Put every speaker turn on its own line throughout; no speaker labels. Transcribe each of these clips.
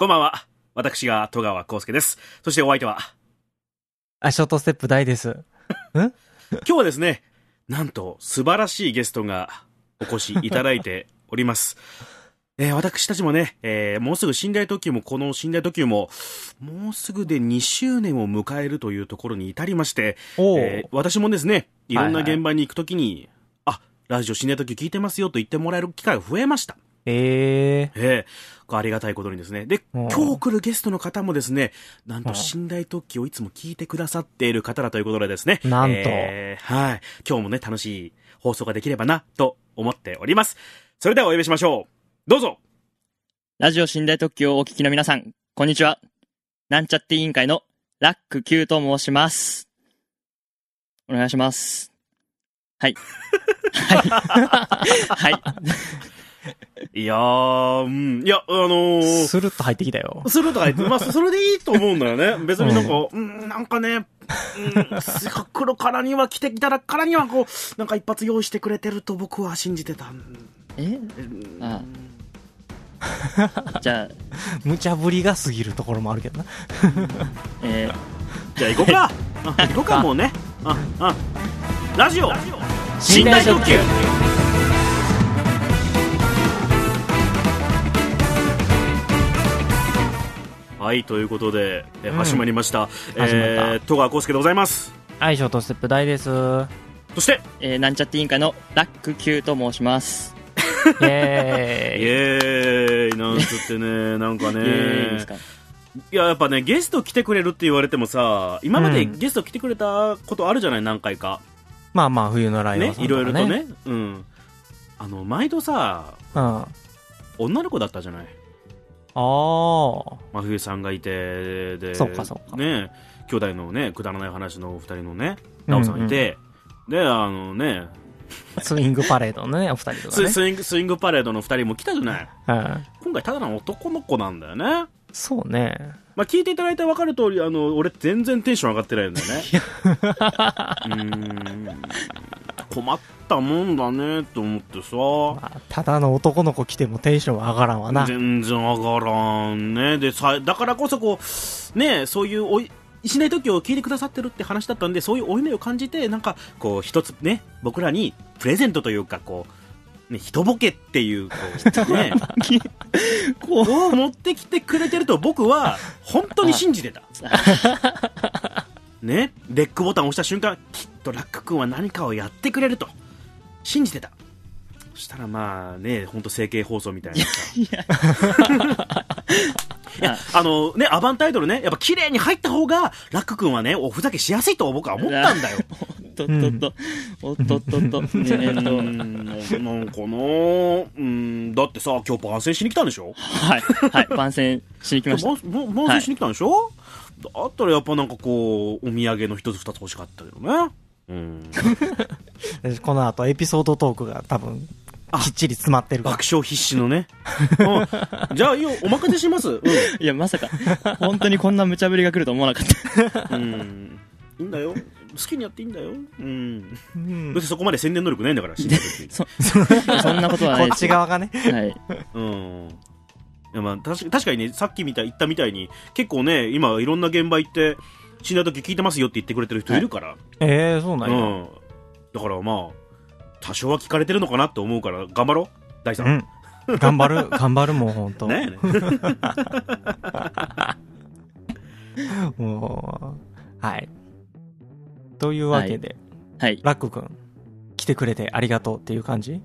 こんばんは。私が戸川康介です。そしてお相手は
ショートステップ大です。
今日はですね、なんと素晴らしいゲストがお越しいただいております。私たちもね、もうすぐ寝台特急もこの寝台特急ももうすぐで2周年を迎えるというところに至りまして、私もですね、いろんな現場に行くときに、ラジオ寝台特急聞いてますよと言ってもらえる機会が増えました。ありがたいことにですね。で、今日来るゲストの方もですね、なんと寝台特急をいつも聞いてくださっている方だということでですね。
なんと、
今日もね、楽しい放送ができればなと思っております。それではお呼びしましょう。どうぞ。
ラジオ寝台特急をお聞きの皆さん、こんにちは。なんちゃって委員会のラック Q と申します。お願いします。はい。はい。
いやー、
スルッと入ってきたよ。
スルッと入って、それでいいと思うんだよね。別になんか、なんかね、来るからには来てきたらからにはこう、なんか一発用意してくれてると僕は信じてた。
じゃあ、
無茶ぶりが過ぎるところもあるけどな。
じゃあ行こうか。行こうか、もうね。ラジオ寝台特急。はい、ということで、始まりました。戸川康介でございます。
はい、ショートステップ大です。
そして、
なんちゃって委員会のラック Q と申します。
イエーイ
なんつってね、なんかね、やっぱね、ゲスト来てくれるって言われてもさ、今までゲスト来てくれたことあるじゃない、何回か。
まあまあ、冬のライオンさんとかね。
いろいろとね。毎度さ、女の子だったじゃない。真冬さんがいて、で、
そうか。
ね、兄弟のね、くだらない話のお二人のね、ナオさんいて、で、
スイングパレードのね、お二人とかね。
スイングパレードの二人も来たじゃない。今回ただの男の子なんだよね。
そうね。
聞いていただいて分かる通り、俺全然テンション上がってないんだよね。困ったもんだねと思ってさ、
ただの男の子来てもテンション上がらんわな。
全然上がらんね。でさ、だからこそこうね、そういう寝台特急を聞いてくださってるって話だったんで、そういう負い目を感じて、なんかこう一つね、僕らにプレゼントというか、こうね、人ボケっていうこうねこう持ってきてくれてると僕は本当に信じてた。ね、レックボタンを押した瞬間、きっとラック君は何かをやってくれると信じてた。そしたらまあね、本当整形放送みたいなアバンタイトルね、やっぱ綺麗に入った方がラック君はね、おふざけしやすいと僕は思ったんだよ。
なんか
だってさ、今日番宣しに来たんでしょ。
はい、番宣しに来ました。
番宣しに来たんでしょ。だったらやっぱなんかこうお土産の一つ二つ欲しかったけどね。
この後エピソードトークが多分きっちり詰まってるから、
爆笑必至のね。じゃあいいよ、お任せします。
いや、まさか本当にこんな無茶ぶりが来ると思わなかった。
いいんだよ、好きにやっていいんだよ。別にそこまで宣伝能力ないんだから。
そんなことはない。
こっち側がね。
いや、確かにね、さっき言ったみたいに結構ね、今いろんな現場行って死んだ時聞いてますよって言ってくれてる人いるから。
そうなんや。
だからまあ多少は聞かれてるのかなって思うから頑張ろう、大さん。
頑張るもん、本当。
ね
もう、はい。というわけで、
ラ
ック君来てくれてありがとうっていう感じ。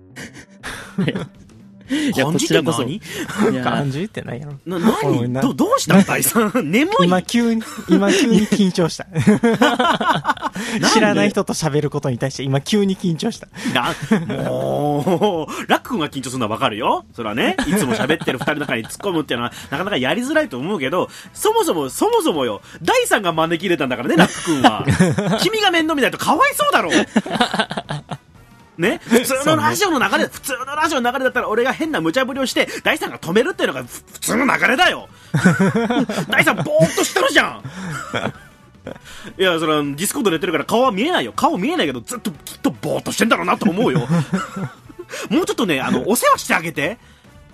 いや、こちらこそ。
感じってないやろ。
どうした大さん。眠い。
今急に緊張した。知らない人と喋ることに対して今急に緊張した。
もう、ラック君が緊張するのはわかるよ。それはね、いつも喋ってる二人の中に突っ込むっていうのはなかなかやりづらいと思うけど、そもそもよ、大さんが招き入れたんだからね、ラック君は。君が面倒見ないとかわいそうだろう。ね、普通のラジオの流れだったら俺が変な無茶ぶりをして大さんが止めるっていうのが普通の流れだよ。大さんぼーっとしてるじゃん。いや、それはディスコードでやってるから顔は見えないよ。顔見えないけどずっときっとぼーっとしてんだろうなと思うよ。もうちょっとね、お世話してあげて。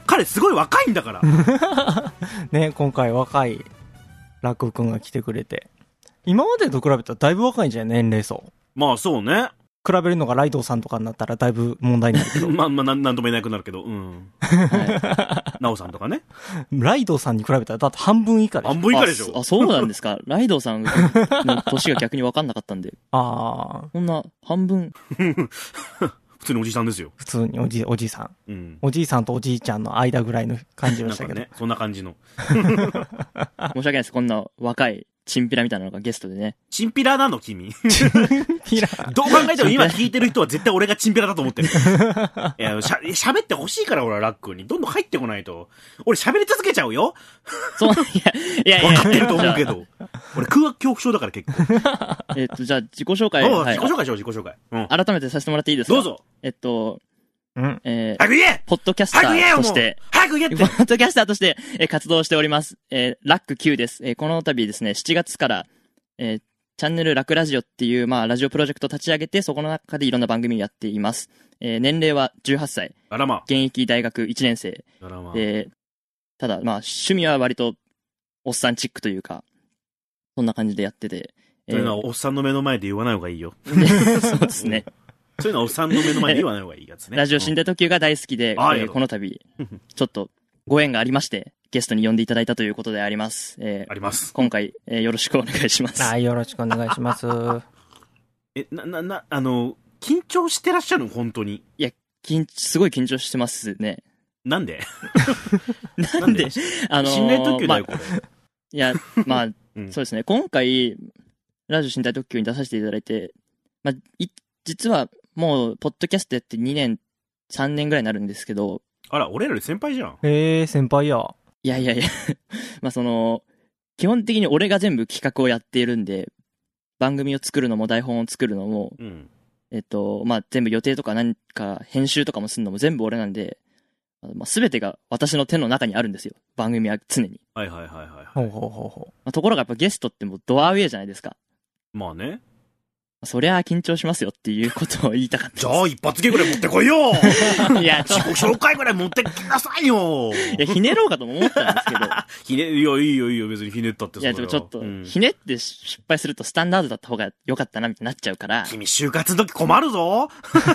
彼すごい若いんだから。
ね、今回若いラク君が来てくれて。今までと比べたらだいぶ若いんじゃない年齢層。
まあそうね。
比べるのがライドウさんとかになったらだいぶ問題になるけど。
まあなんとも言えなくなるけど、うん。なおさんとかね。
ライドウさんに比べたらだって半分以下でしょ。
半分以下でしょ。
あ、そうなんですか。ライドウさんの年が逆に分かんなかったんで。
ああ。
こんな半分。
普通におじさんですよ。
普通におじいさん。
うん。
おじいさんとおじいちゃんの間ぐらいの感じでしたけど。
なんかね、そんな感じの。
申し訳ないです。こんな若いチンピラみたいなのがゲストでね。
チンピラなの君。
ピラ。
どう考えても今聞いてる人は絶対俺がチンピラだと思ってる。いや、喋ってほしいから俺はラックに。どんどん入ってこないと。俺喋り続けちゃうよ。
そう、いや。
分かってると思うけど。俺空白恐怖症だから結構。
じゃあ自己紹介。
自己紹介しよう、自己紹介。うん。
改めてさせてもらっていいですか？
どうぞ。
うん。
早く言え
ポッドキャスターとして、
早く言えって
ポッドキャスターとして、活動しております。ラック Q です。この度ですね、7月から、チャンネルラクラジオっていう、まあ、ラジオプロジェクトを立ち上げて、そこの中でいろんな番組をやっています。年齢は18歳。
あらま。
現役大学1年生。
あらま。
ただ、まあ、趣味は割と、おっさんチックというか、そんな感じでやってて。
そういうのはおっさんの目の前で言わない方がいいよ。
そうですね。
そういうのはおっさんの目の前で言わない方がいいやつね。
ラジオ寝台特急が大好きで、この度、ちょっとご縁がありまして、ゲストに呼んでいただいたということであります。
あります。
今回、よろしくお願いします。
はい、よろしくお願いします。
緊張してらっしゃるの本当に。
いや、すごい緊張してますね。
なんで
なんで
寝台特急だよ、これ。
いや、まあ、そうですね。今回、ラジオ寝台特急に出させていただいて、まあ、実はもう、ポッドキャストやって2年、3年ぐらいになるんですけど。
あら、俺らより先輩じゃん。
先輩や。
いや。まあ基本的に俺が全部企画をやっているんで、番組を作るのも台本を作るのも、まあ、全部予定とか何か編集とかもするのも全部俺なんで、まあ、全てが私の手の中にあるんですよ。番組は常に。
はい。
ほう。
まあ、ところがやっぱゲストってもうドアウェイじゃないですか。
まあね。
そりゃ緊張しますよっていうことを言いたかった。
じゃあ一発芸ぐらい持ってこいよいや、自己紹介ぐらい持ってきなさいよ
いや、ひねろうかとも思ったんですけど。
いや、いいよ、別にひねったって
いや、でもちょっと、ひねって失敗するとスタンダードだった方が良かったな、みたいになっちゃうから。
君、就活の時困るぞ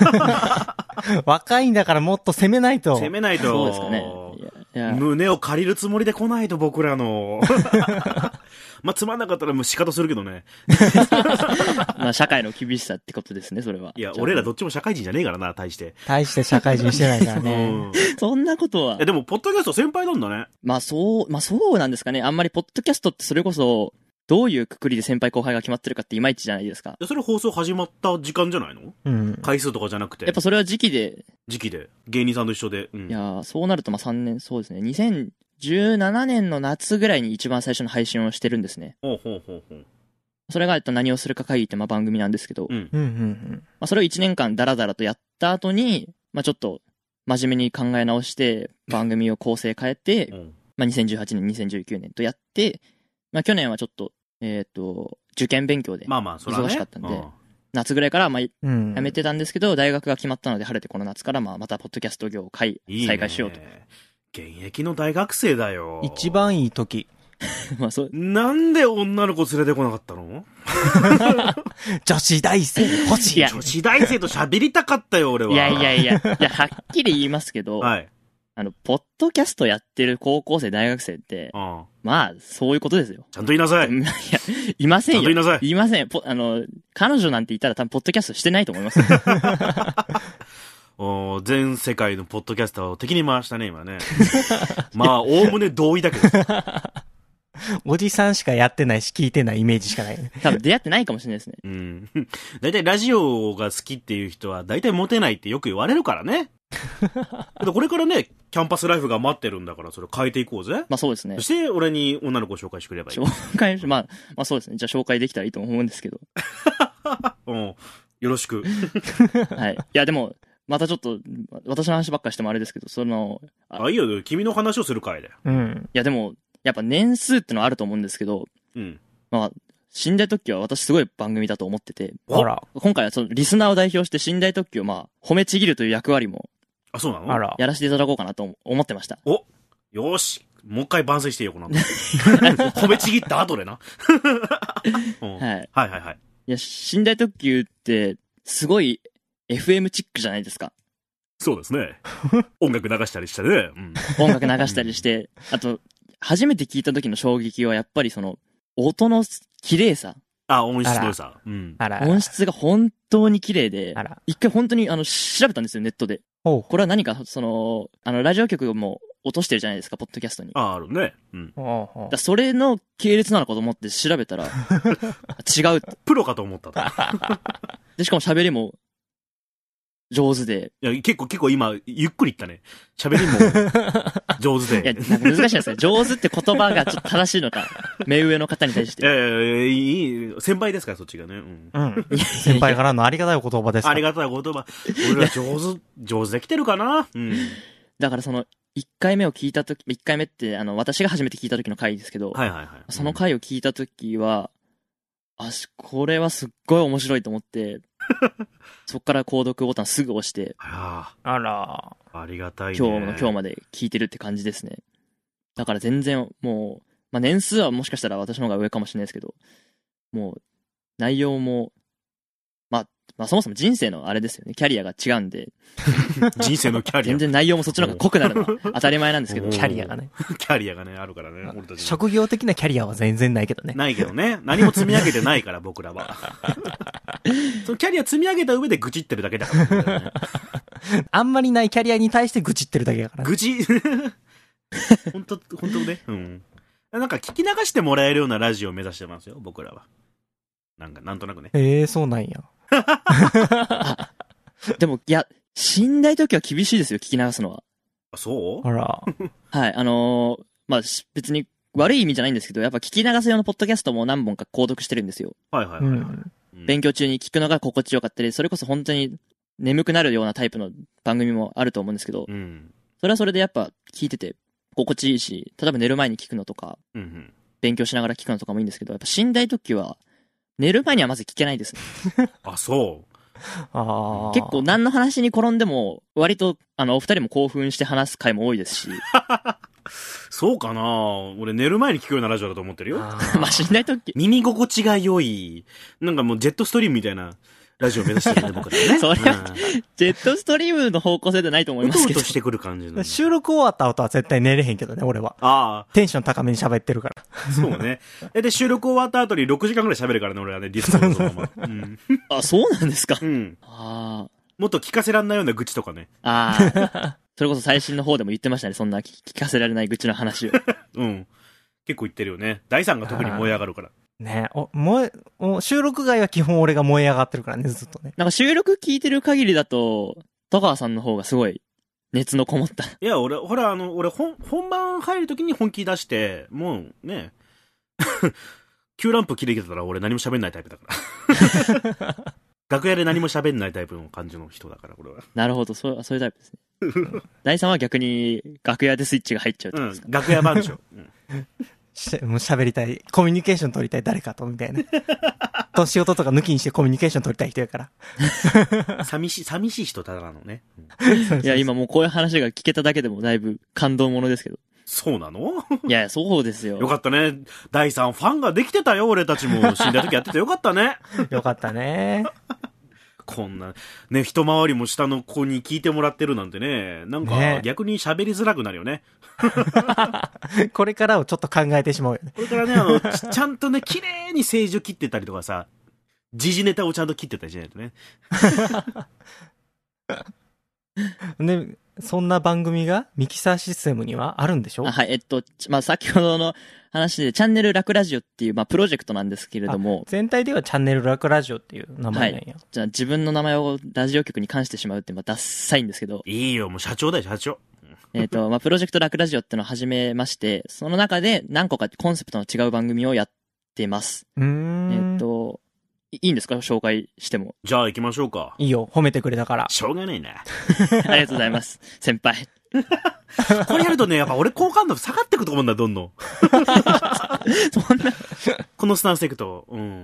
若いんだからもっと攻めないと。
攻めないと。
そうですかね。
胸を借りるつもりで来ないと、僕らの。まあ、つまんなかったらもう仕方するけどね。
まあ、社会の厳しさってことですね、それは。
いや、俺らどっちも社会人じゃねえからな、大して。
大して社会人してないからね。
そんなことは。
でも、ポッドキャスト先輩なんだね。
まあ、そうなんですかね。あんまりポッドキャストってそれこそ、どういうくくりで先輩後輩が決まってるかっていまいちじゃないですか。
それ放送始まった時間じゃないの？
うん。
回数とかじゃなくて。
やっぱそれは時期で。
芸人さんと一緒で。
いやそうなるとまあ3年、そうですね。2017年の夏ぐらいに一番最初の配信をしてるんですね。
ほう。
それが何をするか会議ってまあ番組なんですけど。
ま
あそれを1年間ダラダラとやった後に、まあちょっと真面目に考え直して番組を構成変えて、まあ2018年、2019年とやって、まあ去年はちょっと、受験勉強で忙しかったんで、夏ぐらいからまあやめてたんですけど、大学が決まったので晴れてこの夏からまあまたポッドキャスト業を再開しようと。
現役の大学生だよ。
一番いい時。
まあそう。
なんで女の子連れてこなかったの？
女子大生欲しい。
女子大生と喋りたかったよ、俺は。
いや、はっきり言いますけど、
はい。
ポッドキャストやってる高校生、大学生って、まあ、そういうことですよ。
ちゃんと言いなさい。
いや、いませんよ。
ちゃんと言いなさい。
言いません。彼女なんて言ったら多分、ポッドキャストしてないと思いますよ。
全世界のポッドキャスターを敵に回したね、今ね。まあ、おおむね同意だけど。
おじさんしかやってないし、聞いてないイメージしかないね。
多分出会ってないかもしれないですね。
うん。だいたいラジオが好きっていう人は、だいたいモテないってよく言われるからね。これからね、キャンパスライフが待ってるんだから、それ変えていこうぜ。
まあそうですね。
そして、俺に女の子を紹介してくればいい。
まあそうですね。じゃあ紹介できたらいいと思うんですけど。
うん。よろしく。
はい。いや、でも、またちょっと、私の話ばっかりしてもあれですけど、
いいよ、君の話をする回だよ。
うん。
いや、でも、やっぱ年数ってのはあると思うんですけど、まあ、寝台特急は私すごい番組だと思ってて、
あら。
今回はそのリスナーを代表して寝台特急をまあ、褒めちぎるという役割も
あ、そうなの？
あら。
やらせていただこうかなと思ってました。
お、よーし。もう一回番宣してよ、この後。褒めちぎった後でな。うん
はい。
はいはいはい。
いや、寝台特急って、すごい FM チックじゃないですか。
そうですね。音楽流したりしてね。うん。
音楽流したりして、あと、初めて聞いた時の衝撃はやっぱりその、音の綺麗さ。
あ、音質の良さ。うん。
あら。
音質が本当に綺麗で
あら、
一回本当に調べたんですよ、ネットで。
ほう。
これは何か、ラジオ局も落としてるじゃないですか、ポッドキャストに。
あ、あるね。うん。
ほうほう。
それの系列なのかと思って調べたら、違うって。
プロかと思ったと。
で、しかも喋りも上手で。
いや、結構今、ゆっくり言ったね。喋りも上手で。
いや、なんか難しいですね。上手って言葉がちょっと正しいのか、目上の方に対して。
いい、先輩ですから、そっちがね。うん。
うん。先輩からのありがたいお言葉ですから。
ありがたい言葉。俺ら上手できてるかな？うん。
だから1回目を聞いたとき、1回目って、私が初めて聞いた時の回ですけど、
はいはいはい。
その回を聞いた時は、これはすっごい面白いと思って、そっから購読ボタンすぐ押して、
あ
ら。
ありがたいね。
今日まで聞いてるって感じですね。だから全然もう、まあ、年数はもしかしたら私の方が上かもしれないですけど、もう、内容も、まあそもそも人生のあれですよね。キャリアが違うんで。
人生のキャリア。
全然内容もそっちの方が濃くなるのは当たり前なんですけど。
キャリアがね。
キャリアがね、あるからね。俺たち
職業的なキャリアは全然ないけどね。
ないけどね。何も積み上げてないから、僕らは。そのキャリア積み上げた上で愚痴ってるだけだから、ね。
あんまりないキャリアに対して愚痴ってるだけだから、ね。
愚痴本当ね。うん。なんか聞き流してもらえるようなラジオを目指してますよ、僕らは。なんとなくね。
そうなんや。
でも、いや、寝台特急は厳しいですよ、聞き流すのは。
あ、そう
あら。
はい、まあ、別に悪い意味じゃないんですけど、やっぱ聞き流す用のポッドキャストも何本か購読してるんですよ。
はいはいはい、はい。
勉強中に聞くのが心地よかったり、それこそ本当に眠くなるようなタイプの番組もあると思うんですけど、
うん、
それはそれでやっぱ聞いてて心地いいし、例えば寝る前に聞くのとか、
うんうん、
勉強しながら聞くのとかもいいんですけど、やっぱ寝台特急は寝る前にはまず聞けないですね。
あ、そう。
結構何の話に転んでも、割と、お二人も興奮して話す回も多いですし。
そうかな？俺寝る前に聞くようなラジオだと思ってるよ。
まあ、寝台特急。
耳心地が良い。なんかもうジェットストリームみたいなラジオを目指してるね、僕らね。
それは、ジェットストリームの方向性でないと思いますけど。
うとうとしてくる感じの。
収録終わった後は絶対寝れへんけどね、俺は。
ああ。
テンション高めに喋ってるから。
そうね。で、収録終わった後に6時間くらい喋るからね、俺はね、ディスコードのまま。うん。
あ、そうなんですか。
うん。
ああ。
もっと聞かせらんないような愚痴とかね。
ああ。それこそ最新の方でも言ってましたね、そんな聞かせられない愚痴の話を。
うん。結構言ってるよね。第3が特に燃え上がるから。
ね収録外は基本俺が燃え上がってるからね、ずっとね。
なんか収録聞いてる限りだと、戸川さんの方がすごい熱のこもった。
いや、俺本番入るときに本気出して、もうね、Q ランプ切れてたら俺何も喋んないタイプだから。楽屋で何も喋んないタイプの感じの人だから、俺は。
なるほど、そういうタイプですね。第3は逆に楽屋でスイッチが入っちゃうってことですか。
楽屋番長。
もう喋りたい。コミュニケーション取りたい誰かと、みたいな。仕事とか抜きにしてコミュニケーション取りたい人やから。
寂しい人ただなのね。
いや、今もうこういう話が聞けただけでもだいぶ感動ものですけど。
そうなの？
いや、そうですよ。
よかったね。第3ファンができてたよ、俺たちも。死んだ時やっててよかったね。
よかったね。
こんな、ね、一回りも下の子に聞いてもらってるなんてね、なんか逆に喋りづらくなるよね。
これからをちょっと考えてしまうよね。
これからね、ちゃんとね、綺麗に政治を切ってたりとかさ、時事ネタをちゃんと切ってたりしないとね。
ね、そんな番組がミキサーシステムにはあるんでしょ？
はい、まあ、先ほどの話で、チャンネル楽ラジオっていう、まあ、プロジェクトなんですけれども。
全体ではチャンネル楽ラジオっていう名前なんや。
はい。じゃあ自分の名前をラジオ局に関してしまうって、まあ、ダッサいんですけど。
いいよ、もう社長だよ、社長。
まあ、プロジェクト楽ラジオってのを始めまして、その中で何個かコンセプトの違う番組をやってます。いいんですか？紹介しても。
じゃあ行きましょうか。
いいよ、褒めてくれたから。
しょうがないな。
ありがとうございます。先輩。
これやるとね、やっぱ俺好感度下がってくと思うんだ、どんどん。
そんな。
このスタンスでいくと。うん。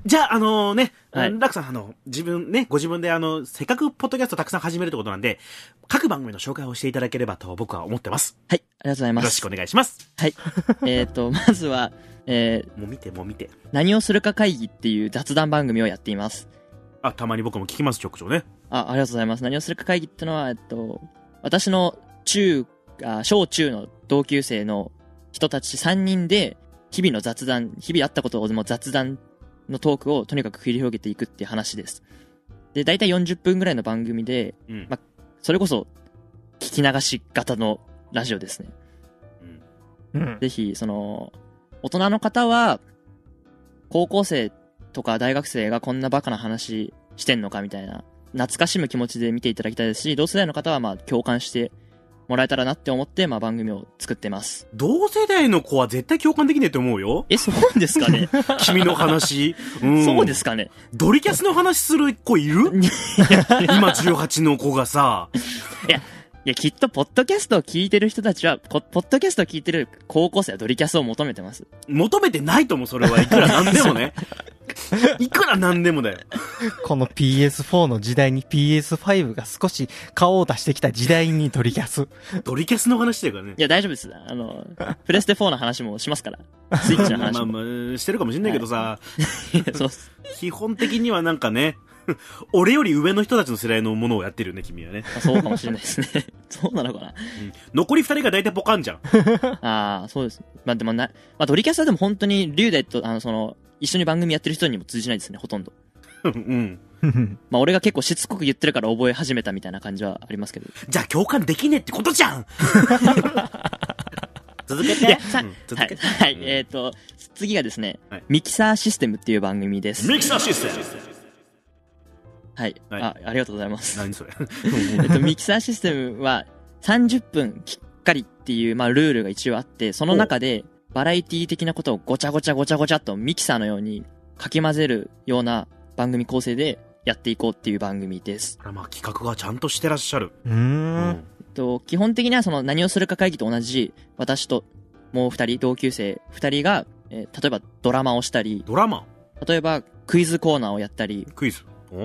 じゃあ、ね、
はい
ラクさん、自分ね、ご自分でせっかくポッドキャストたくさん始めるってことなんで、各番組の紹介をしていただければと僕は思ってます。
はい、ありがとうございます。
よろしくお願いします。
はい。まずは、
もう見て。
何をするか会議っていう雑談番組をやっています。
あ、たまに僕も聞きます、ちょくちょね。
ありがとうございます。何をするか会議ってのは、私の小中の同級生の人たち3人で、日々あったことを雑談のトークをとにかく繰り広げていくっていう話です。で、だいたい40分ぐらいの番組で、それこそ、聞き流し型のラジオですね。ぜひ、大人の方は、高校生とか大学生がこんなバカな話してんのかみたいな、懐かしむ気持ちで見ていただきたいですし、同世代の方は共感してもらえたらなって思って、番組を作ってます。
同世代の子は絶対共感できねえと思うよ。
そうですかね
君の話。
そうですかね。
ドリキャスの話する子いる今18の子がさ。
いや、きっと、ポッドキャストを聞いてる人たちは、ポッドキャストを聞いてる高校生はドリキャスを求めてます。
求めてないと思う、それは。いくらなんでもね。いくらなんでもだよ。
この PS4 の時代に PS5 が少し顔を出してきた時代にドリキャス。
ドリキャスの話だからね。
いや、大丈夫です。プレステ4の話もしますから。スイッチの話も。
してるかもしんないけどさ。
そうっす。
基本的にはなんかね、俺より上の人たちの世代のものをやってるよね、君はね。
そうかもしれないですね。そうなのかな。
残り2人が大体ポカンじゃん。
そうです。でもドリキャスはでも本当に、龍大と、一緒に番組やってる人にも通じないですね、ほとんど。俺が結構しつこく言ってるから覚え始めたみたいな感じはありますけど。
じゃあ共感できねえってことじゃん続けて。
はい。次がですね、ミキサーシステムっていう番組です。
ミキサーシステム。
はい。ありがとうございます。
何それ
ミキサーシステムは30分きっかりっていう、ルールが一応あって、その中でバラエティ的なことをごちゃごちゃとミキサーのようにかき混ぜるような番組構成でやっていこうっていう番組です。
企画がちゃんとしてらっしゃる。
基本的には何をするか会議と同じ、私ともう2人、同級生2人が、例えばドラマをしたり、例えばクイズコーナーをやったり、
クイズ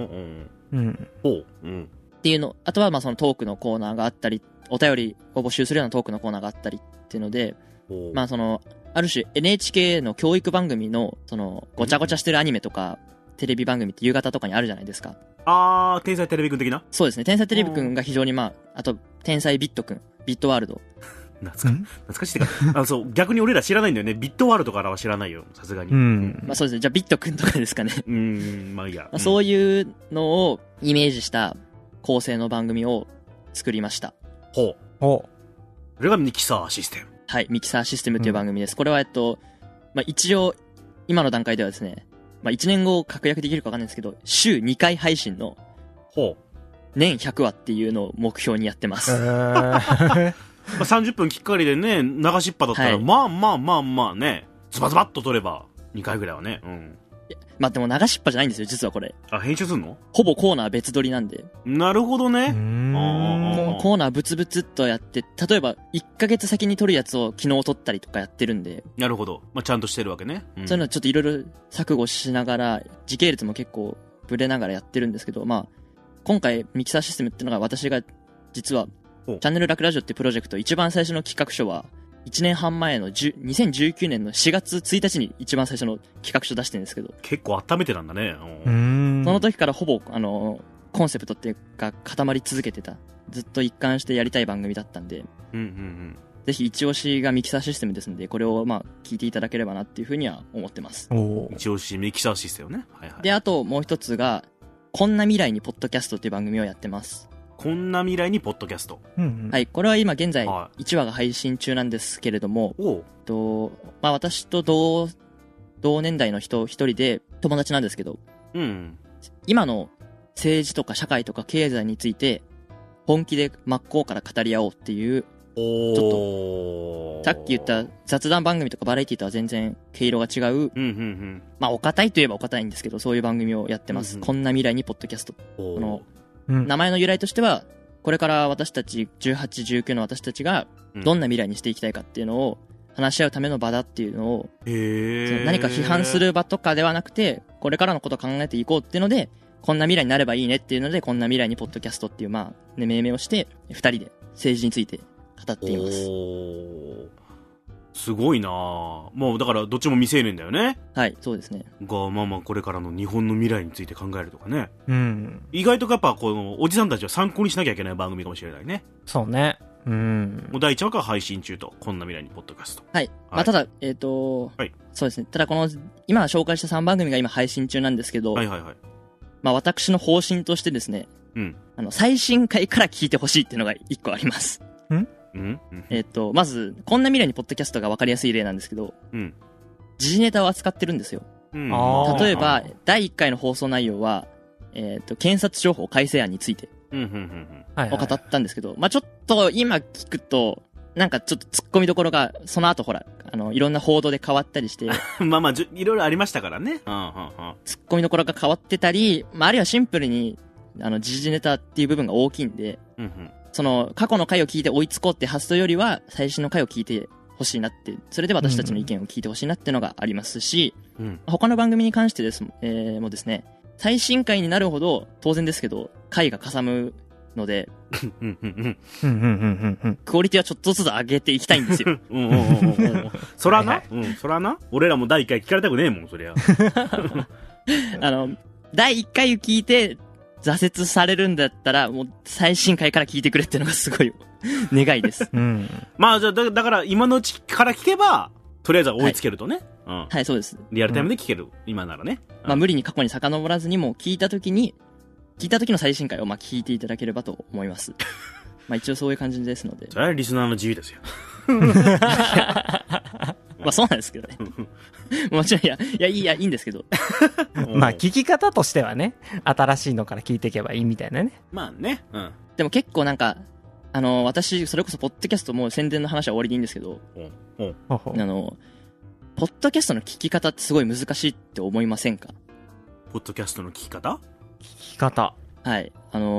っていうの、あとはそのトークのコーナーがあったり、お便りを募集するようなトークのコーナーがあったりっていうので、ある種 NHK の教育番組のごちゃごちゃしてるアニメとかテレビ番組って夕方とかにあるじゃないですか。
天才テレビくん的な。
そうですね。天才テレビくんが非常にあと天才ビットくん、ビットワールド。
懐かしいってか、そう、逆に俺ら知らないんだよね。ビットワールドからは知らないよ、さすがに。
そうですね。じゃあビットくんとかですかね。
いいや。
そういうのをイメージした構成の番組を作りました。
それがミキサーシステム。
はい、ミキサーシステムという番組です。これは一応、今の段階ではですね、1年後確約できるかわかんないですけど、週2回配信の、年100話っていうのを目標にやってます。
30分きっかりでね、流しっぱだったら、まあね、ズバズバっと撮れば、2回ぐらいはね。
でも流しっぱじゃないんですよ、実はこれ。
編集すんの？
ほぼコーナー別撮りなんで。
なるほどね。
コーナーブツブツっとやって、例えば1ヶ月先に撮るやつを昨日撮ったりとかやってるんで。
なるほど。ちゃんとしてるわけね。
そういうのはちょっといろいろ錯誤しながら、時系列も結構ブレながらやってるんですけど、今回ミキサーシステムっていうのが私が実は、チャンネルラクラジオっていうプロジェクト一番最初の企画書は、1年半前の2019年の4月1日に一番最初の企画書出してるんですけど。
結構温めてたんだね。
その時からほぼ、コンセプトっていうか固まり続けてた。ずっと一貫してやりたい番組だったんで。ぜひ一押しがミキサーシステムですので、これを聞いていただければなっていうふうには思ってます。
一押しミキサーシステムね。
で、あともう一つが、こんな未来にポッドキャストっていう番組をやってます。
こんな未来にポッドキャスト。
はい、これは今現在1話が配信中なんですけれども、私と同年代の人一人で友達なんですけど、今の政治とか社会とか経済について本気で真っ向から語り合おうっていう、ちょっとさっき言った雑談番組とかバラエティとは全然毛色が違う、お堅いといえばお堅いんですけど、そういう番組をやってます。こんな未来にポッドキャスト。名前の由来としては、これから私たち18、19の私たちがどんな未来にしていきたいかっていうのを話し合うための場だっていうのを、
へ
何か批判する場とかではなくて、これからのことを考えていこうっていうので、こんな未来になればいいねっていうので、こんな未来にポッドキャストっていう、まあ、ね、命名をして、二人で政治について語っています。
すごいなぁ。もうだからどっちも未成年だよね。
はい、そうですね。
が、まあまあこれからの日本の未来について考えるとかね。
うん。
意外とやっぱこのおじさんたちは参考にしなきゃいけない番組かもしれないね。
そうね。うん。
もう第1話から配信中と。こんな未来にポッドキャスト。
はい。
はい、
まあただ、はい。そうですね。ただこの、今紹介した3番組が今配信中なんですけど、
はいはいはい。
まあ私の方針としてですね、
うん。
最新回から聞いてほしいっていうのが1個あります。まず、こんな未来にポッドキャストが分かりやすい例なんですけど、
うん。
時事ネタを扱ってるんですよ。
うん、
例えば、第1回の放送内容は、検察情報改正案について、を語ったんですけど、まあちょっと今聞くと、なんかちょっと突っ込みどころが、その後ほら、いろんな報道で変わったりして。
まあまあ、いろいろありましたからね。
突っ込みどころが変わってたり、まああるいはシンプルに、時事ネタっていう部分が大きいんで、その、過去の回を聞いて追いつこうって発想よりは、最新の回を聞いてほしいなって、それで私たちの意見を聞いてほしいなっていうのがありますし、他の番組に関してです、もですね、最新回になるほど、当然ですけど、回がかさむので、クオリティはちょっとずつ上げていきたいんですよ。
そらな、そらな。俺らも第1回聞かれたくねえもん、そりゃ。
第1回を聞いて、挫折されるんだったら、もう最新回から聞いてくれっていうのがすごい願いです。
まあじゃあだから今のうちから聞けば、とりあえずは追いつけるとね。
はい、そうです。
リアルタイムで聞ける、今ならね。
まあ無理に過去に遡らずにも聞いた時の最新回をまあ聞いていただければと思います。まあ一応そういう感じですので。
それはリスナーの自由ですよ。
まあそうなんですけどね。もちろんいいんですけど。
まあ聞き方としてはね、新しいのから聞いていけばいいみたいなね。
まあね。
でも結構なんか、私、それこそポッドキャストもう宣伝の話は終わりでいいんですけど、ポッドキャストの聞き方ってすごい難しいって思いませんか？
ポッドキャストの聞き方？
聞き方。
はい。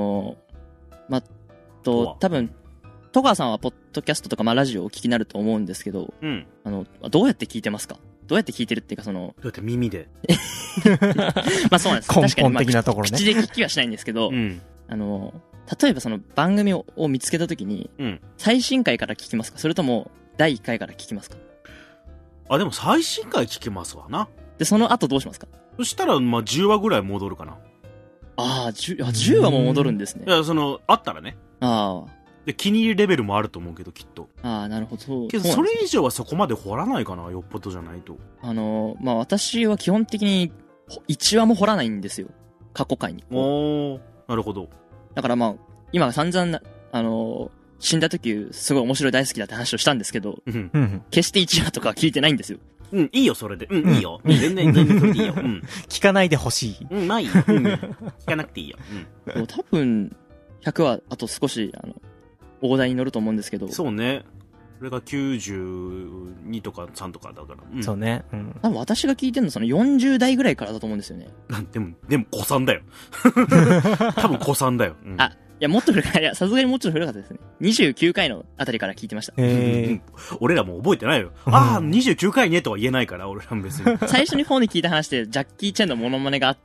多分、戸川さんはポッドキャストとか、まあ、ラジオをお聞きになると思うんですけど、どうやって聞いてますか？どうやって聞いてるっていうか、ど
うやって耳で。
まあそうなんです。
根本的なところね。
口で聞きはしないんですけど、例えばその番組を見つけたときに、最新回から聞きますか？それとも、第1回から聞きますか？
でも最新回聞きますわな。
で、その後どうしますか？
そしたら、まあ10話ぐらい戻るかな。
10話も戻るんですね。
いや、あったらね。で、気に入りレベルもあると思うけど、きっと。
なるほど。
けど、それ以上はそこまで掘らないかな、よっぽどじゃないと。
まあ、私は基本的に、1話も掘らないんですよ。過去回に。
なるほど。
だからまあ、今散々死んだ時、すごい面白い大好きだって話をしたんですけど、決して1話とかは聞いてないんですよ。
いいよ、それで。いいよ。全然それでいいよ。
聞かないでほしい。
まあいいよ。聞かなくていいよ。
多分、100話、あと少し、大台に乗ると思うんですけど。
そうね。それが92とか3とかだから。
そうね。
多分私が聞いてるのその40代ぐらいからだと思うんですよね。
でも、古参だよ。多分古参だよ。
いや、もっと古かった。さすがにもうちょっと古かったですね。29回のあたりから聞いてました。
俺らも覚えてないよ。29回ねとは言えないから、俺らも別に。
最初に方に聞いた話で、ジャッキー・チェンのモノマネがあって、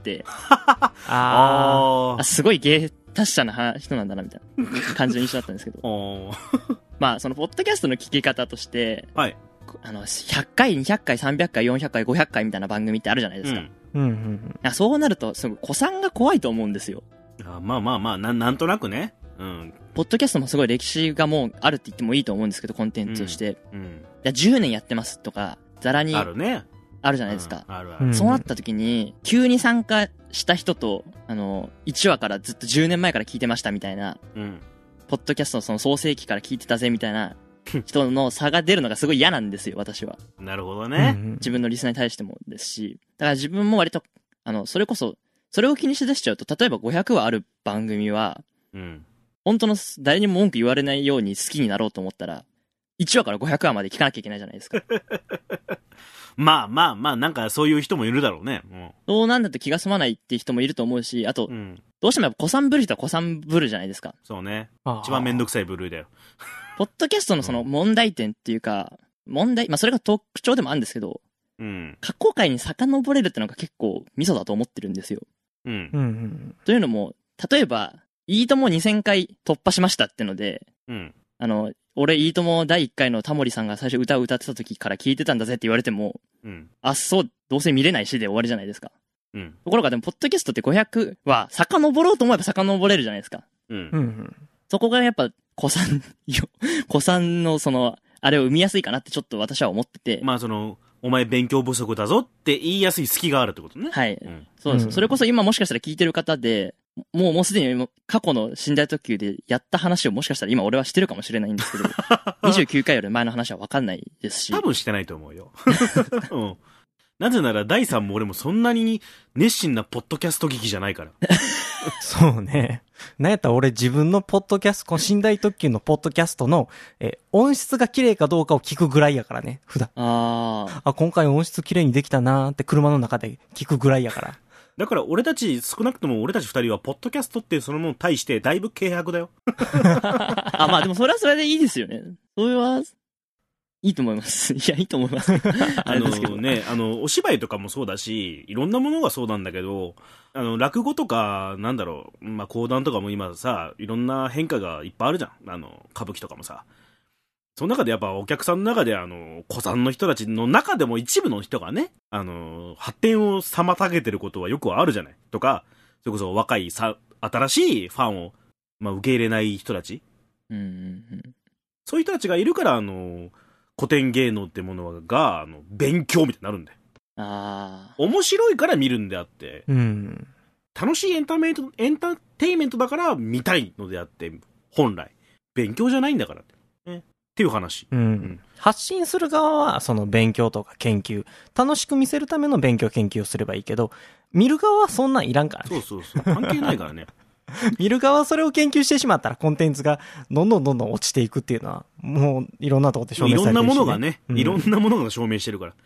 すごい芸達者な人なんだな、みたいな感じの印象だったんですけど。まあ、その、ポッドキャストの聞き方として、100回、200回、300回、400回、500回みたいな番組ってあるじゃないですか。そうなると、古参が怖いと思うんですよ。
まあ、なんとなくね。
ポッドキャストもすごい歴史がもうあるって言ってもいいと思うんですけど、コンテンツとして。いや、10年やってますとか、ざらにあるじゃないですか。そうなった時に、急に参加した人と、1話からずっと10年前から聞いてましたみたいな、ポッドキャストのその創世期から聞いてたぜみたいな人の差が出るのがすごい嫌なんですよ、私は。
なるほどね。
自分のリスナーに対してもですし。だから自分も割と、それこそ、それを気にしだしちゃうと、例えば500話ある番組は、本当の誰にも文句言われないように好きになろうと思ったら、1話から500話まで聞かなきゃいけないじゃないですか。
まあ、なんかそういう人もいるだろうね。
そうなんだと気が済まないっていう人もいると思うし、あと、どうしてもやっぱ古参ぶる人は古参ぶるじゃないですか。
そうね。一番めんどくさい部類だよ。
ポッドキャストのその問題点っていうか、 問題、まあそれが特徴でもあるんですけど、
うん。
過去回に遡れるってのが結構ミソだと思ってるんですよ。
うん。
うんうん。
というのも、例えば、いいとも2000回突破しましたってので、
うん。
俺いいとも第1回のタモリさんが最初歌を歌ってた時から聞いてたんだぜって言われても、
うん。
あ、そう、どうせ見れないしで終わりじゃないですか。
うん。
ところがでも、ポッドキャストって500は遡ろうと思えば遡れるじゃないですか。
うん。
うんうん。
そこがやっぱ、古参のあれを生みやすいかなってちょっと私は思ってて。
まあお前勉強不足だぞって言いやすい隙があるってことね。
はい。
うん。
そうです、
うん
それこそ今もしかしたら聞いてる方で、もうすでに過去の寝台特急でやった話をもしかしたら今俺はしてるかもしれないんですけど、29回より前の話は分かんないですし。
多分してないと思うよ。うん。なぜなら第3も俺もそんなに熱心なポッドキャスト聞きじゃないから。
そうね。なんやったら俺自分のポッドキャスト、この寝台特急のポッドキャストの、音質が綺麗かどうかを聞くぐらいやからね、普段。
あ
今回音質綺麗にできたなーって車の中で聞くぐらいやから。
だから少なくとも俺たち2人はポッドキャストっていうそのものに対してだいぶ軽薄だよ。
あ。まあでもそれはそれでいいですよね。それは、いいと思います。いや、いいと思います。あれですけど。
ね、お芝居とかもそうだし、いろんなものがそうなんだけど、落語とか、なんだろう、まあ、講談とかも今さ、いろんな変化がいっぱいあるじゃん。歌舞伎とかもさ。その中でやっぱお客さんの中で古参の人たちの中でも一部の人がね、発展を妨げてることはよくあるじゃない。とか、それこそ若い新しいファンを、まあ、受け入れない人たち。
うんうんうん。
そういう人たちがいるから、古典芸能ってものが、勉強みたいになるんだよ。
ああ。
面白いから見るんであって、
うん。
楽しいエンターテインメントだから見たいのであって、本来。勉強じゃないんだからって。ね、っていう話。
うん。発信する側は、その勉強とか研究、楽しく見せるための勉強研究をすればいいけど、見る側はそんなんいらんからね。
そうそうそう。関係ないからね。
見る側はそれを研究してしまったらコンテンツがどんどん落ちていくっていうのは、もういろんなところで証明されてるし、ね。
いろんなものがね、
うん、
いろんなものが証明してるから。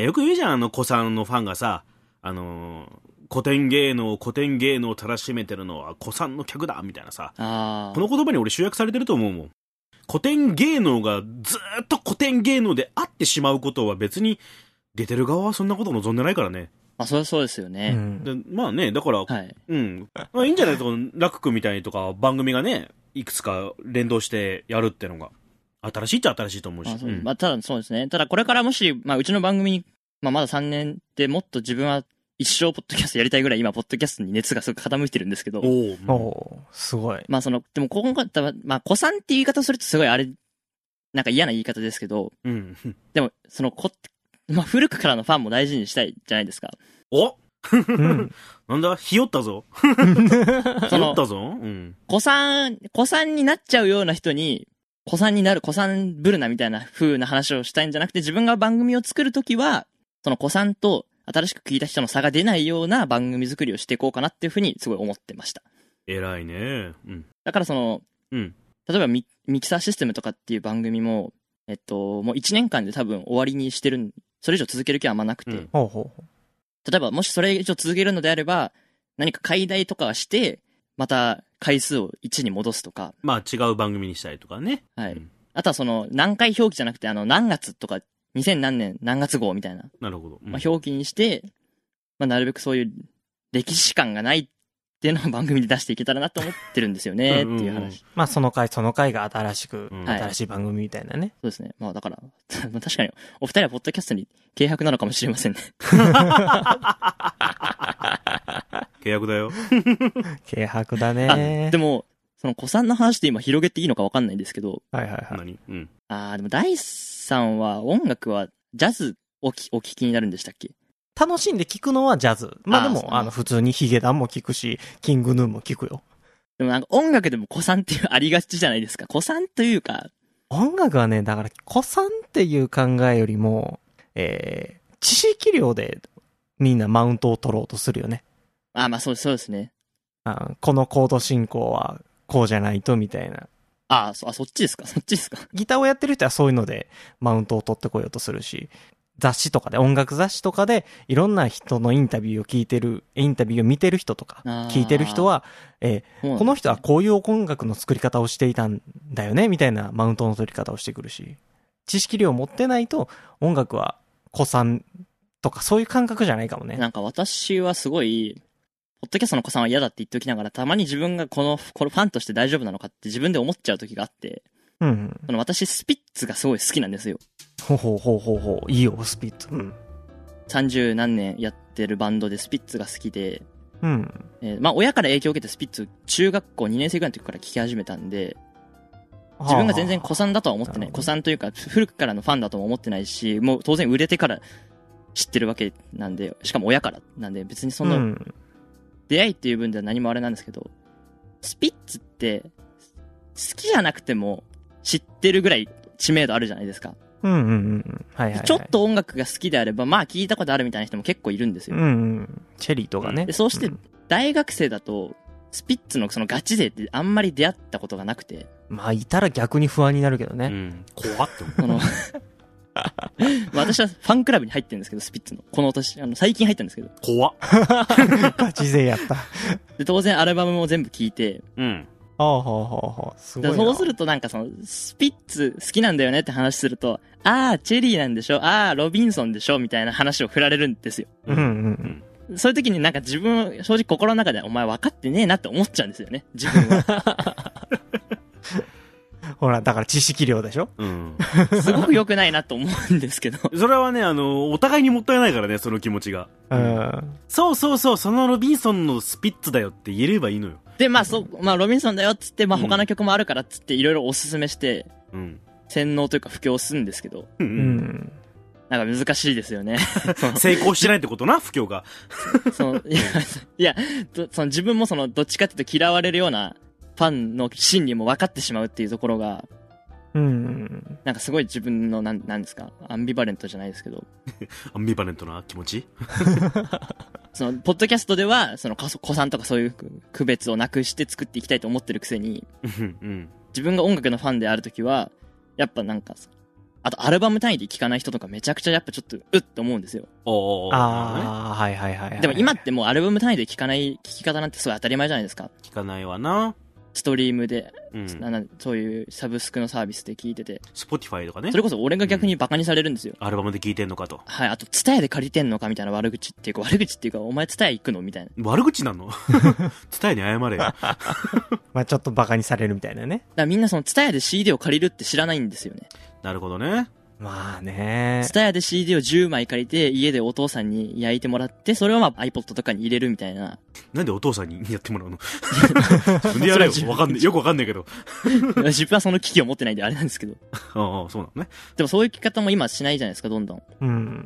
よく言うじゃん、古参のファンがさ、古典芸能をたらしめてるのは古参の客だみたいなさ。
ああ。
この言葉に俺集約されてると思うもん。古典芸能がずーっと古典芸能であってしまうことは別に出てる側はそんなこと望んでないからね。
まあ、それはそうですよね。
うん、
でまあね、だから、
はい。
うん。まあいいんじゃないと、ラク君みたいにとか番組がね、いくつか連動してやるってのが、新しいっちゃ新しいと思うし。うん
まあ、ただそうですね。ただこれからもし、まあ、うちの番組に、まあ、まだ3年でもっと自分は一生ポッドキャストやりたいぐらい今、ポッドキャストに熱がすごく傾いてるんですけど。
おー、すごい。
まあ、でも、今回、まあ、古参っていう言い方をするとすごいあれ、なんか嫌な言い方ですけど、
うん。
でも、まあ、古くからのファンも大事にしたいじゃないですか。
お
うん
なんだひよったぞ。ひよったぞ。うん。
古参になっちゃうような人に、古参ぶるなみたいな風な話をしたいんじゃなくて、自分が番組を作るときは、その古参と新しく聞いた人の差が出ないような番組作りをしていこうかなっていう風にすごい思ってました。
偉いね。うん。
だから
うん。
例えばミキサーシステムとかっていう番組も、もう1年間で多分終わりにしてるそれ以上続ける気はあんまなくて、
うん
ほうほう。
例えばもしそれ以上続けるのであれば、何か改題とかして、また回数を1に戻すとか。
まあ違う番組にしたりとかね。
はい。
うん、
あとは何回表記じゃなくて、何月とか、2000何年何月号みたいな。
なるほど。
まあ表記にして、まあなるべくそういう歴史感がないっていうのを番組で出していけたらなと思ってるんですよね、っていう話。
まあその回が新しい番組みたいなね。
そうですね。まあだから、確かに、お二人はポッドキャストに軽薄なのかもしれませんね。
契約だよ。
軽薄だね。
でも、その古参の話で今広げていいのか分かんないんですけど。
はいはいはい。
何？うん。
でも大さんは音楽はジャズお聞きになるんでしたっけ？
楽しんで聞くのはジャズ。まあでも、普通にヒゲダンも聞くし、キングヌーも聞くよ。
でもなんか音楽でも古参っていうありがちじゃないですか。古参というか。
音楽はね、だから古参っていう考えよりも、知識量でみんなマウントを取ろうとするよね。
まあそうですね。
このコード進行はこうじゃないとみたいな。
そっちですか。
ギターをやってる人はそういうのでマウントを取ってこようとするし、音楽雑誌とかでいろんな人のインタビューを見てる人とか聞いてる人は、この人はこういう音楽の作り方をしていたんだよねみたいなマウントの取り方をしてくるし、 知識量を持ってないと音楽は古参とかそういう感覚じゃないかもね。
なんか私はすごい、ポッドキャストの子さんは嫌だって言っておきながら、たまに自分がこのファンとして大丈夫なのかって自分で思っちゃう時があって、
うん、
うん。私スピッツがすごい好きなんですよ。
ほうほうほうほうほう。いいよ、スピッツ。うん。
30何年やってるバンドでスピッツが好きで、
うん。
まあ親から影響を受けてスピッツ中学校2年生ぐらいの時から聴き始めたんで、自分が全然古参だとは思ってない。古参というか古くからのファンだとも思ってないし、もう当然売れてから知ってるわけなんで、しかも親からなんで別にその出会いっていう分では何もあれなんですけど、スピッツって好きじゃなくても知ってるぐらい知名度あるじゃないですか。
うんうんうん。はいはい、はい。
ちょっと音楽が好きであれば、まあ聞いたことあるみたいな人も結構いるんですよ。
うんうん。チェリーとかね。
で、そうして大学生だと、スピッツのそのガチ勢ってあんまり出会ったことがなくて。
まあいたら逆に不安になるけどね。
うん。怖って思う。
私はファンクラブに入ってるんですけど、スピッツの。この年、最近入ったんですけど。
怖っ。
ガチ勢やった。
で、当然アルバムも全部聴いて。
うん。
ほうほうほうほう。すごいな。
そうするとなんかその、スピッツ好きなんだよねって話すると、あー、チェリーなんでしょ、あー、ロビンソンでしょみたいな話を振られるんですよ。
うんうん
うん。そういう時になんか自分、正直心の中でお前分かってねえなって思っちゃうんですよね。自分は。
ほら、だから知識量でしょ。
うん。
すごく良くないなと思うんですけど。
それはね、お互いにもったいないからね、その気持ちが。
うん。
そうそうそう、そのロビンソンのスピッツだよって言えればいいのよ。
で、まあロビンソンだよっつって、まあ他の曲もあるからっつっていろいろおすすめして、うん。洗脳というか布教するんですけど。
うん。
なんか難しいですよね。
成功してないってことな、布教が。
いや、その自分もその、どっちかっていうと嫌われるようなファンの心理も分かってしまうっていうところが、
うん。
なんかすごい自分のなんですか、アンビバレントじゃないですけど。
アンビバレントな気持ち
その、ポッドキャストでは、その、子さんとかそういう区別をなくして作っていきたいと思ってるくせに、自分が音楽のファンであるときは、やっぱなんか、あとアルバム単位で聴かない人とかめちゃくちゃやっぱちょっとうって思うんですよ。
ああ、はいはいはい。
でも今ってもうアルバム単位で聴かない聴き方なんてすごい当たり前じゃないですか。
聴かないわな。
ストリームで、そういうサブスクのサービスで聴いてて。
Spotify とかね。
それこそ俺が逆にバカにされるんですよ。
アルバムで聴いてんのかと。
はい、あと、ツタヤで借りてんのかみたいな悪口っていうか、お前ツタヤ行くのみたいな。
悪口なのツタヤに謝れよ。
まあちょっとバカにされるみたいなね。
だからみんなそのツタヤで CD を借りるって知らないんですよね。
なるほどね。
まあね。
ツタヤで CD を10枚借りて、家でお父さんに焼いてもらって、それをまあ iPod とかに入れるみたいな。
なんでお父さんにやってもらうの自分でやれよ。わかんねえ。よくわかんないけど。
自分はその機器を持ってないんであれなんですけど。
ああ、そうなのね。
でもそういう聞き方も今しないじゃないですか、どんどん。
うん。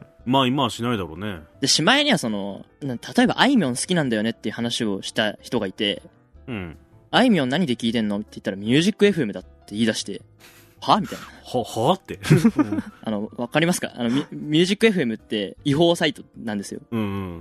まあ今はしないだろうね。
で、しまいにはその、例えばあいみょん好きなんだよねっていう話をした人がいて、
うん。
あいみょん何で聞いてんのって言ったらミュージック FM だって言い出して、はみたいな。
はって。
わかりますか？ミュージック FM って違法サイトなんですよ。
うん。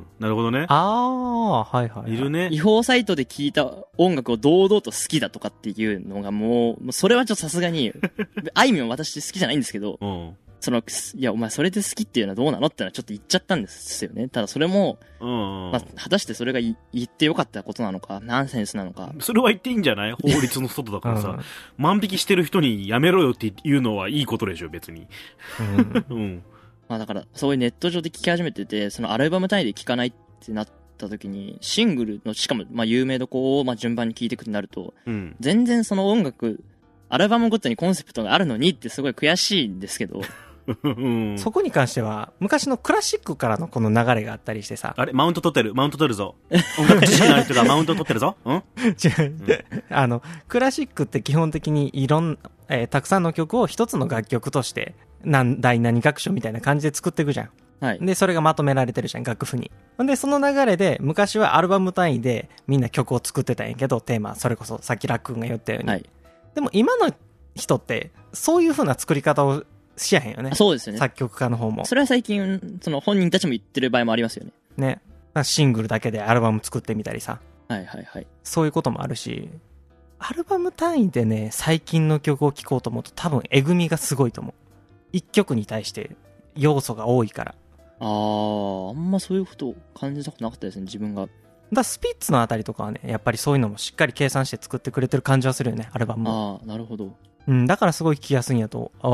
なるほどね。
ああ、はいはい。
いるね。
違法サイトで聴いた音楽を堂々と好きだとかっていうのがもうそれはちょっとさすがに、あいみょん私好きじゃないんですけど、いや、お前それで好きっていうのはどうなのってのはちょっと言っちゃったんですよね。ただそれも、まあ、果たしてそれが言ってよかったことなのか、ナンセンスなのか。
それは言っていいんじゃない？法律の外だからさ。万引きしてる人にやめろよっていうのはいいことでしょ、別に。
まあだから、そういうネット上で聴き始めてて、そのアルバム単位で聴かないってなった時に、シングルの、しかも、まあ有名どこを、まあ順番に聴いていくとなると、全然その音楽、アルバムごとにコンセプトがあるのにってすごい悔しいんですけど、
そこに関しては昔のクラシックからのこの流れがあったりしてさ、
あれマウント取ってるぞ。音楽知識のある人がマウント取ってるぞ。違
う、クラシックって基本的にたくさんの曲を一つの楽曲として第何楽章みたいな感じで作っていくじゃん。
はい、
でそれがまとめられてるじゃん、楽譜に。でその流れで昔はアルバム単位でみんな曲を作ってたんやけど、テーマそれこそさっきラックンが言ったように、はい、でも今の人ってそういう風な作り方をしやへんよね。
そうですよね。
作曲家の方も。
それは最近、その本人たちも言ってる場合もありますよね。
ね。シングルだけでアルバム作ってみたりさ。
はいはいはい。
そういうこともあるし、アルバム単位でね、最近の曲を聴こうと思うと多分えぐみがすごいと思う。一曲に対して要素が多いから。
あんまそういうことを感じたことなかったですね、自分が。
スピッツのあたりとかはね、やっぱりそういうのもしっかり計算して作ってくれてる感じはするよね、アルバムも。
なるほど。
だからすごい聴きやすいんやとは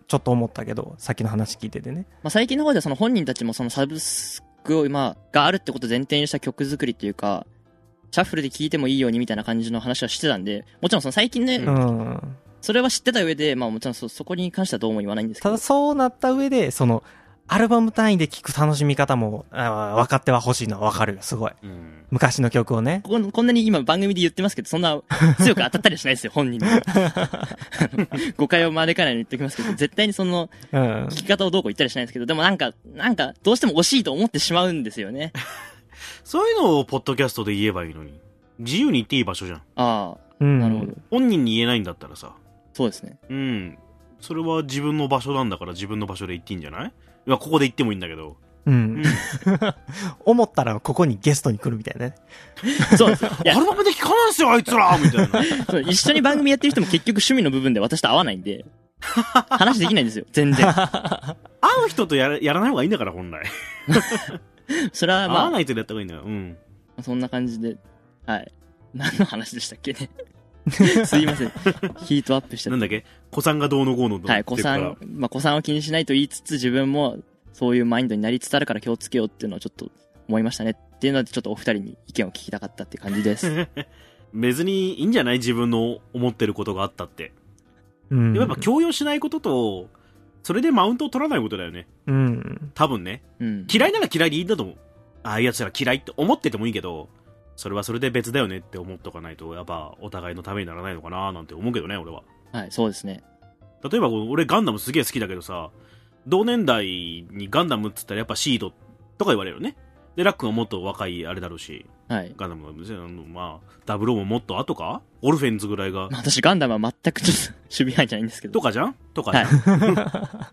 ちょっと思ったけど、さっきの話聞いててね。
まあ、最近の方ではその本人たちもそのサブスクをがあるってことを前提にした曲作りっていうか、シャッフルで聴いてもいいようにみたいな感じの話はしてたんで、もちろんその最近ね、それは知ってた上で、まあもちろんそこに関してはどうも言わないんですけど。
ただそうなった上で、その、アルバム単位で聴く楽しみ方も分かってはほしいのは分かるよ、すごい。昔の曲をね。
こんなに今番組で言ってますけど、そんな強く当たったりはしないですよ、本人に。誤解を招かないように言っておきますけど、絶対にその、聞き方をどうこう言ったりしないんですけど、でもなんか、どうしても惜しいと思ってしまうんですよね。
そういうのをポッドキャストで言えばいいのに。自由に言っていい場所じゃん。
ああ、なるほど。
本人に言えないんだったらさ。
そうですね。
うん。それは自分の場所なんだから自分の場所で言っていいんじゃない？いや、ここで言ってもいいんだけど。
思ったらここにゲストに来るみたいなね。
そうです。
アルバムで聞かないですよ、あいつらみたいな。
そう、一緒に番組やってる人も結局趣味の部分で私と合わないんで、話できないんですよ、全然。
会う人とやらない方がいいんだから、本来。
それはまあ。
合わない人でやった方がいいんだよ。うん。
そんな感じで、はい。何の話でしたっけね。すいません。ヒートアップしちゃって。
なんだっけ？子さんがどうのこうの
はい、子さんを気にしないと言いつつ、自分もそういうマインドになりつつあるから気をつけようっていうのをちょっと思いましたね。っていうので、ちょっとお二人に意見を聞きたかったって感じです。
別にいいんじゃない？自分の思ってることがあったって。でもやっぱ強要しないことと、それでマウントを取らないことだよね。多分ね。嫌いなら嫌いでいいんだと思う。ああいう奴ら嫌いって思っててもいいけど、それはそれで別だよねって思っとかないと、やっぱお互いのためにならないのかななんて思うけどね、俺は。
はい、そうですね。
例えば俺ガンダムすげえ好きだけどさ、同年代にガンダムっつったらやっぱシードとか言われるよね。で、ラックはもっと若いあれだろうし、
はい、
ガンダムまあ、ダブルオーももっと後かオルフェンズぐらいが。
私ガンダムは全くちょっと守備範囲じゃないんですけど。
とかじゃんとかじゃん、はい、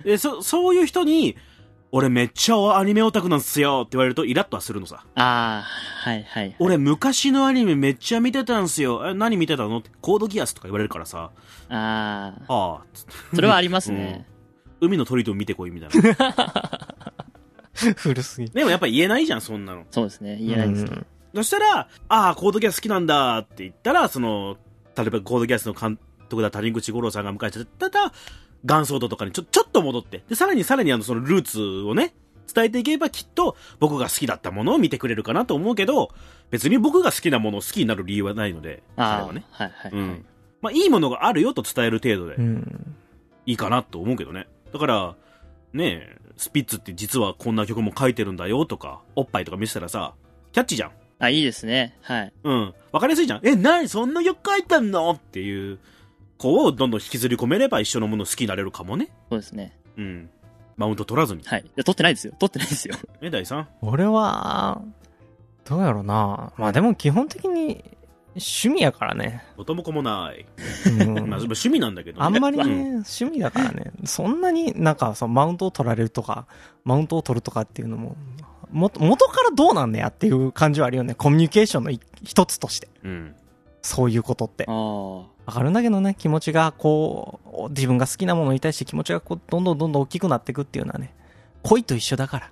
でそういう人に、俺めっちゃアニメオタクなんすよって言われるとイラッとはするのさ。
ああ、はいはい、はい。
俺昔のアニメめっちゃ見てたんすよ。何見てたのってコードギアスとか言われるからさ。
あ
あ。
それはありますね。
海の鳥と見てこいみたいな。
古すぎ。
でもやっぱ言えないじゃん、そんなの。
そうですね、言えないですね。
そしたら、コードギアス好きなんだって言ったら、例えばコードギアスの監督だ谷口五郎さんが迎えてたガンソードとかにちょっと戻って、で、さらにそのルーツをね、伝えていけばきっと僕が好きだったものを見てくれるかなと思うけど、別に僕が好きなものを好きになる理由はないので、彼はね。
はいはい、
まあ、いいものがあるよと伝える程度で、いいかなと思うけどね。だから、ねえ、スピッツって実はこんな曲も書いてるんだよとか、おっぱいとか見せたらさ、キャッチじゃん。
あ、いいですね。はい。
わかりやすいじゃん。何そんな曲書いてんのっていう、子をどんどん引きずり込めれば一緒のものを好きになれるかもね。
そうですね。
マウント取らずに。
はい。いや、取ってないですよ。取ってないですよ。
第3？
俺は、どうやろうな。まあでも基本的に趣味やからね。
元も子もない。まあ趣味なんだけどね。
あんまりね、趣味だからね。そんなになんかマウントを取られるとか、マウントを取るとかっていうのも、元からどうなんねやっていう感じはあるよね。コミュニケーションの一つとして。そういうことって。わかるんだけどね、気持ちが自分が好きなものに対して気持ちがどんどん大きくなっていくっていうのはね、恋と一緒だから。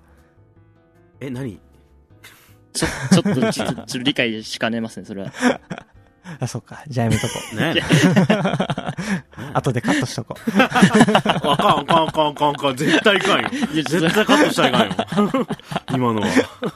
何？
ちょっと理解しかねますね、それは。
あ、そっか。じゃあやめとこう。
ね
後でカットしとこう。
あかん。絶対いかんよ。絶対カットしたらいかんよ。今のは。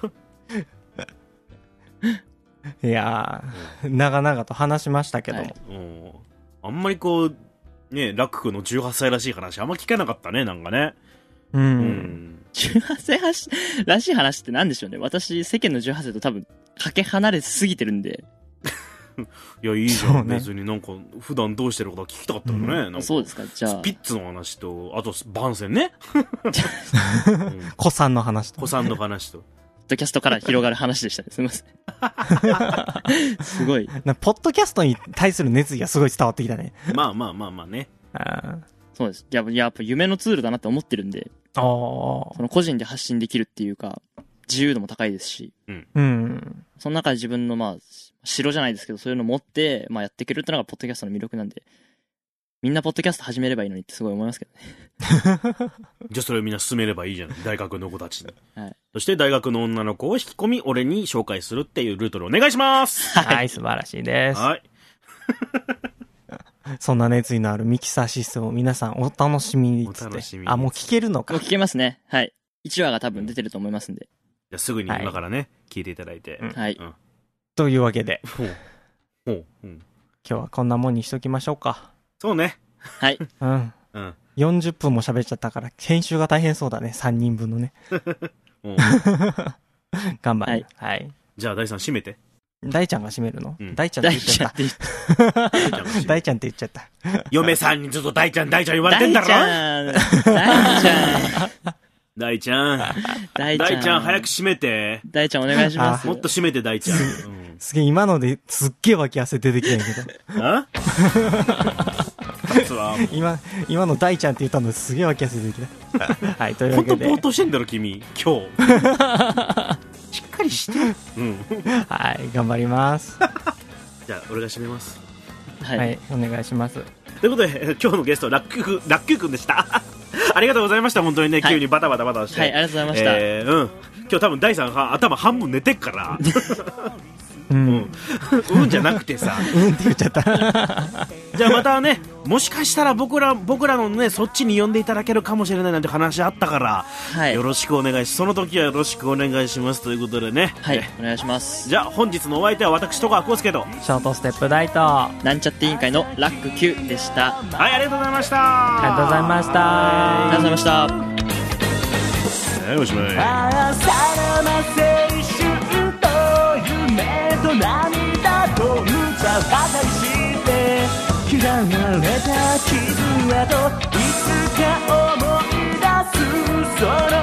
いやー、長々と話しましたけども。
あんまりラックの18歳らしい話、あんま聞かなかったね、なんかね。
18歳らしい話って何でしょうね。私、世間の18歳と多分、かけ離れすぎてるんで。
いや、いいじゃん。別になんか、普段どうしてること聞きたかったよね。なんか
そうですか、じゃあ。
スピッツの話と、あと、番宣ね。
子さんの話と。
子さんの話と。
ポッドキャストから広がる話でしたね。すみません。すごい。
ポッドキャストに対する熱意がすごい伝わってきたね。
まあね。
そうです。やっぱ夢のツールだなって思ってるんで。その個人で発信できるっていうか、自由度も高いですし。その中で自分の城じゃないですけど、そういうのを持って、やっていけるってのがポッドキャストの魅力なんで。みんなポッドキャスト始めればいいのにってすごい思いますけどね。
じゃあそれをみんな進めればいいじゃん。大学の子たちに。
はい。
そして大学の女の子を引き込み、俺に紹介するっていうルートでお願いします。
はい、素晴らしいです。
はい。
そんな熱意のあるミキサーシステムを皆さんお楽しみにっつって。
お楽しみに
あ、もう聞けるのか
もう。聞けますね。はい。1話が多分出てると思いますんで。
じゃあすぐに今からね、聞いていただいて。
うん
はい。
うん。
というわけで、
ほう。ほう。うん。
今日はこんなもんにしときましょうか。
そうね。
はい。
うん。
うん。
40分も喋っちゃったから、編集が大変そうだね。3人分のね。
うん
頑張る。はい。
じゃあ、大さん、締めて。
大ちゃんが閉めるの、
うん
大ちゃんって
大ちゃんっ
言っちゃって
言っ
た。大ちゃんって言っちゃった。
嫁さんにずっと大ちゃん、大ちゃん言われてんだろ。
大ちゃん。
大ちゃん。
大
大ちゃん、早く締めて。
大ちゃんお願いします。
もっと締めて、大ちゃん。
すげえ、今のですっげえ脇汗出てきたんやけど。
あ
今の大ちゃんって言ったのですげえ脇汗出てきた。はい、というわけで。
ほんとぼーっとしてんだろ、君。今日。しっかりして。うん。
はい、頑張ります。
じゃあ、俺が締めます。
はい。
はい、お願いします。
ということで、今日のゲスト、ラッキューくんでした。ありがとうございました、本当にね、
はい
急にバタバタして。
はい、ありがとうございました。
うん。今日多分、大さんは頭半分寝てっから。
うん。
うんじゃなくてさ。
うんって言っちゃった。
じゃあまたね、もしかしたら僕らのね、そっちに呼んでいただけるかもしれないなんて話あったから、
はい。
よろしくお願いし、その時はよろしくお願いしますということでね。
はい、お願いします。
じゃあ本日のお相手は私、戸川浩介と。
ショートステップ大と、
なんちゃって委員会のラック Q でした。
はい、ありがとうございました。
ありがとうございました。
ありがとうございました。
はい、おしまい。
さらば青春と夢と涙と無茶ばかりして嫌われた傷跡いつか思い出すその